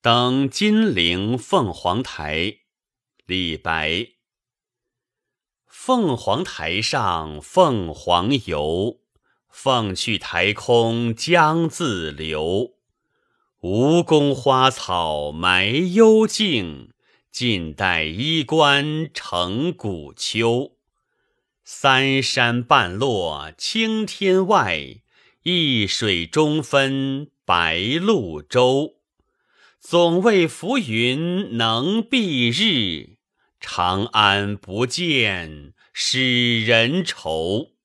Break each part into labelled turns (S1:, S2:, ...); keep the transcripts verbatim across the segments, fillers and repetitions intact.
S1: 登金陵凤凰台，李白。凤凰台上凤凰游，凤去台空江自流。吴宫花草埋幽径，晋代衣冠成古丘。三山半落青天外，一水中分白鹭洲。总为浮云能蔽日，长安不见使人愁。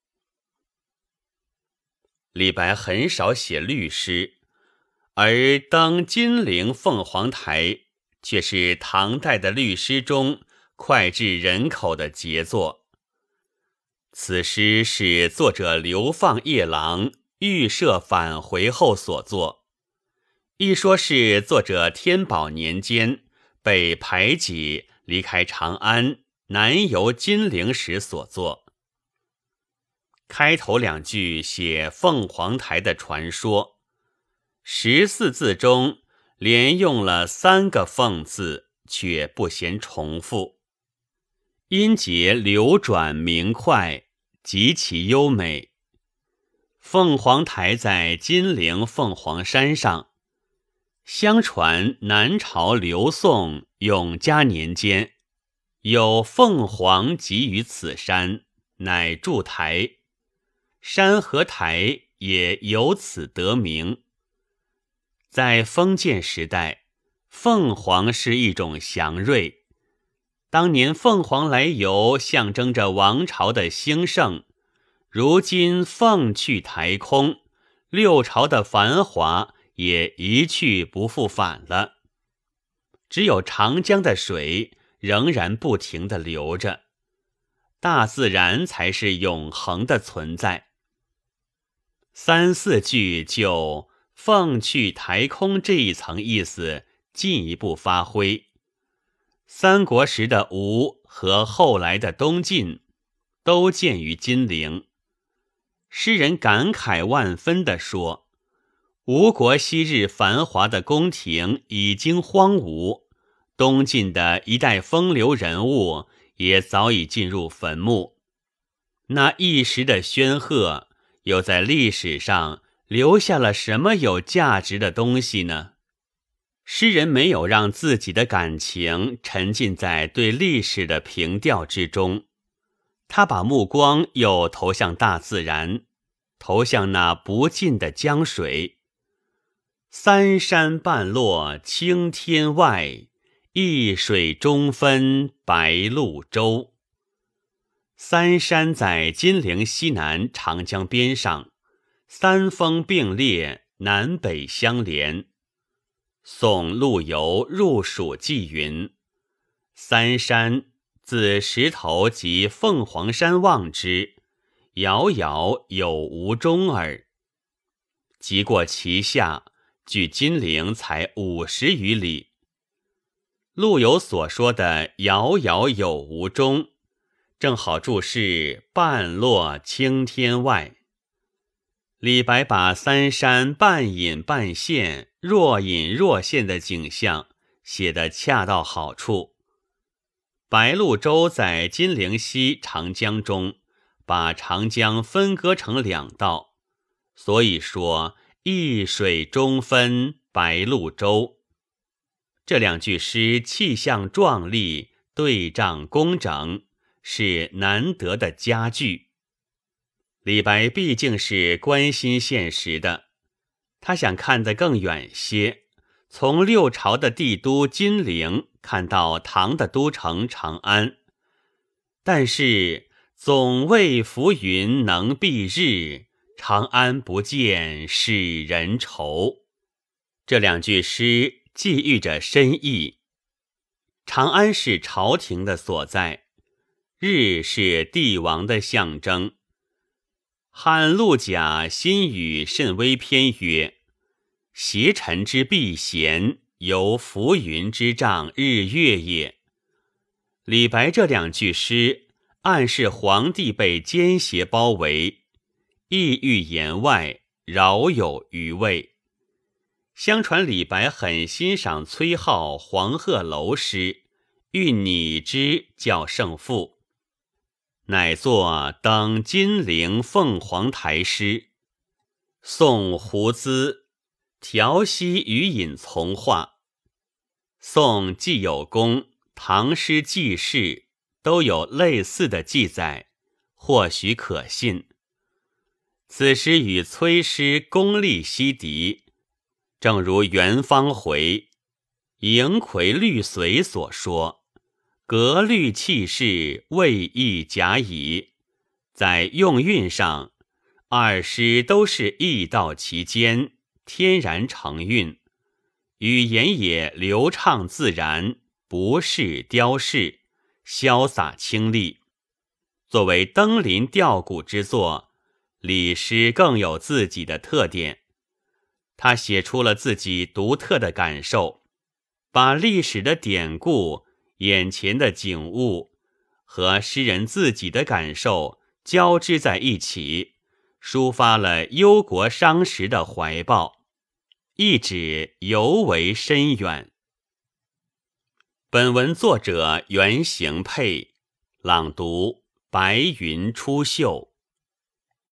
S1: 李白很少写律诗，而登金陵凤凰台却是唐代的律诗中脍炙人口的杰作。此诗是作者流放夜郎预设返回后所作，一说是作者天宝年间被排挤离开长安南游金陵时所作。开头两句写凤凰台的传说，十四字中连用了三个凤字，却不嫌重复，音节流转明快，极其优美。凤凰台在金陵凤凰山上，相传南朝刘宋永嘉年间，有凤凰集于此山，乃筑台，山和台也由此得名。在封建时代，凤凰是一种祥瑞，当年凤凰来游象征着王朝的兴盛，如今凤去台空，六朝的繁华也一去不复返了。只有长江的水仍然不停地流着，大自然才是永恒的存在。三四句就凤去台空这一层意思进一步发挥。三国时的吴和后来的东晋都建于金陵。诗人感慨万分地说，吴国昔日繁华的宫廷已经荒芜，东晋的一代风流人物也早已进入坟墓。那一时的煊赫，又在历史上留下了什么有价值的东西呢？诗人没有让自己的感情沉浸在对历史的凭吊之中，他把目光又投向大自然，投向那不尽的江水。三山半落青天外，一水中分白鹭洲。三山在金陵西南长江边上，三峰并列，南北相连。宋陆游入蜀记云，三山自石头及凤凰山望之，遥遥有无中耳。即过其下，距金陵才五十余里。陆游所说的遥遥有无中，正好注释半落青天外。李白把三山半隐半现，若隐若现的景象写得恰到好处。白鹭洲在金陵西长江中，把长江分割成两道，所以说一水中分白鹭洲。这两句诗气象壮丽，对仗工整，是难得的佳句。李白毕竟是关心现实的，他想看得更远些，从六朝的帝都金陵看到唐的都城长安。但是总为浮云能蔽日，长安不见使人愁。这两句诗寄寓着深意。长安是朝廷的所在，日是帝王的象征。汉陆贾新语甚微篇曰，邪臣之避嫌，由浮云之障日月也。李白这两句诗暗示皇帝被奸邪包围，意欲言外，饶有余味。 相传李白很欣赏崔颢《黄鹤楼》诗，欲拟之较胜负，乃作《登金陵凤凰台》诗，宋胡资调息余饮从化。宋既有功、唐诗纪事都有类似的记载，或许可信。此诗与崔诗功力西敌，正如元方回《迎葵绿随》所说，格律气势未易假矣。在用韵上，二诗都是意到其间，天然成韵，语言也流畅自然，不饰雕饰，潇洒清丽。作为登临吊古之作，李诗更有自己的特点。他写出了自己独特的感受，把历史的典故、眼前的景物和诗人自己的感受交织在一起，抒发了忧国伤时的怀抱，意旨尤为深远。本文作者袁行佩，朗读白云出岫。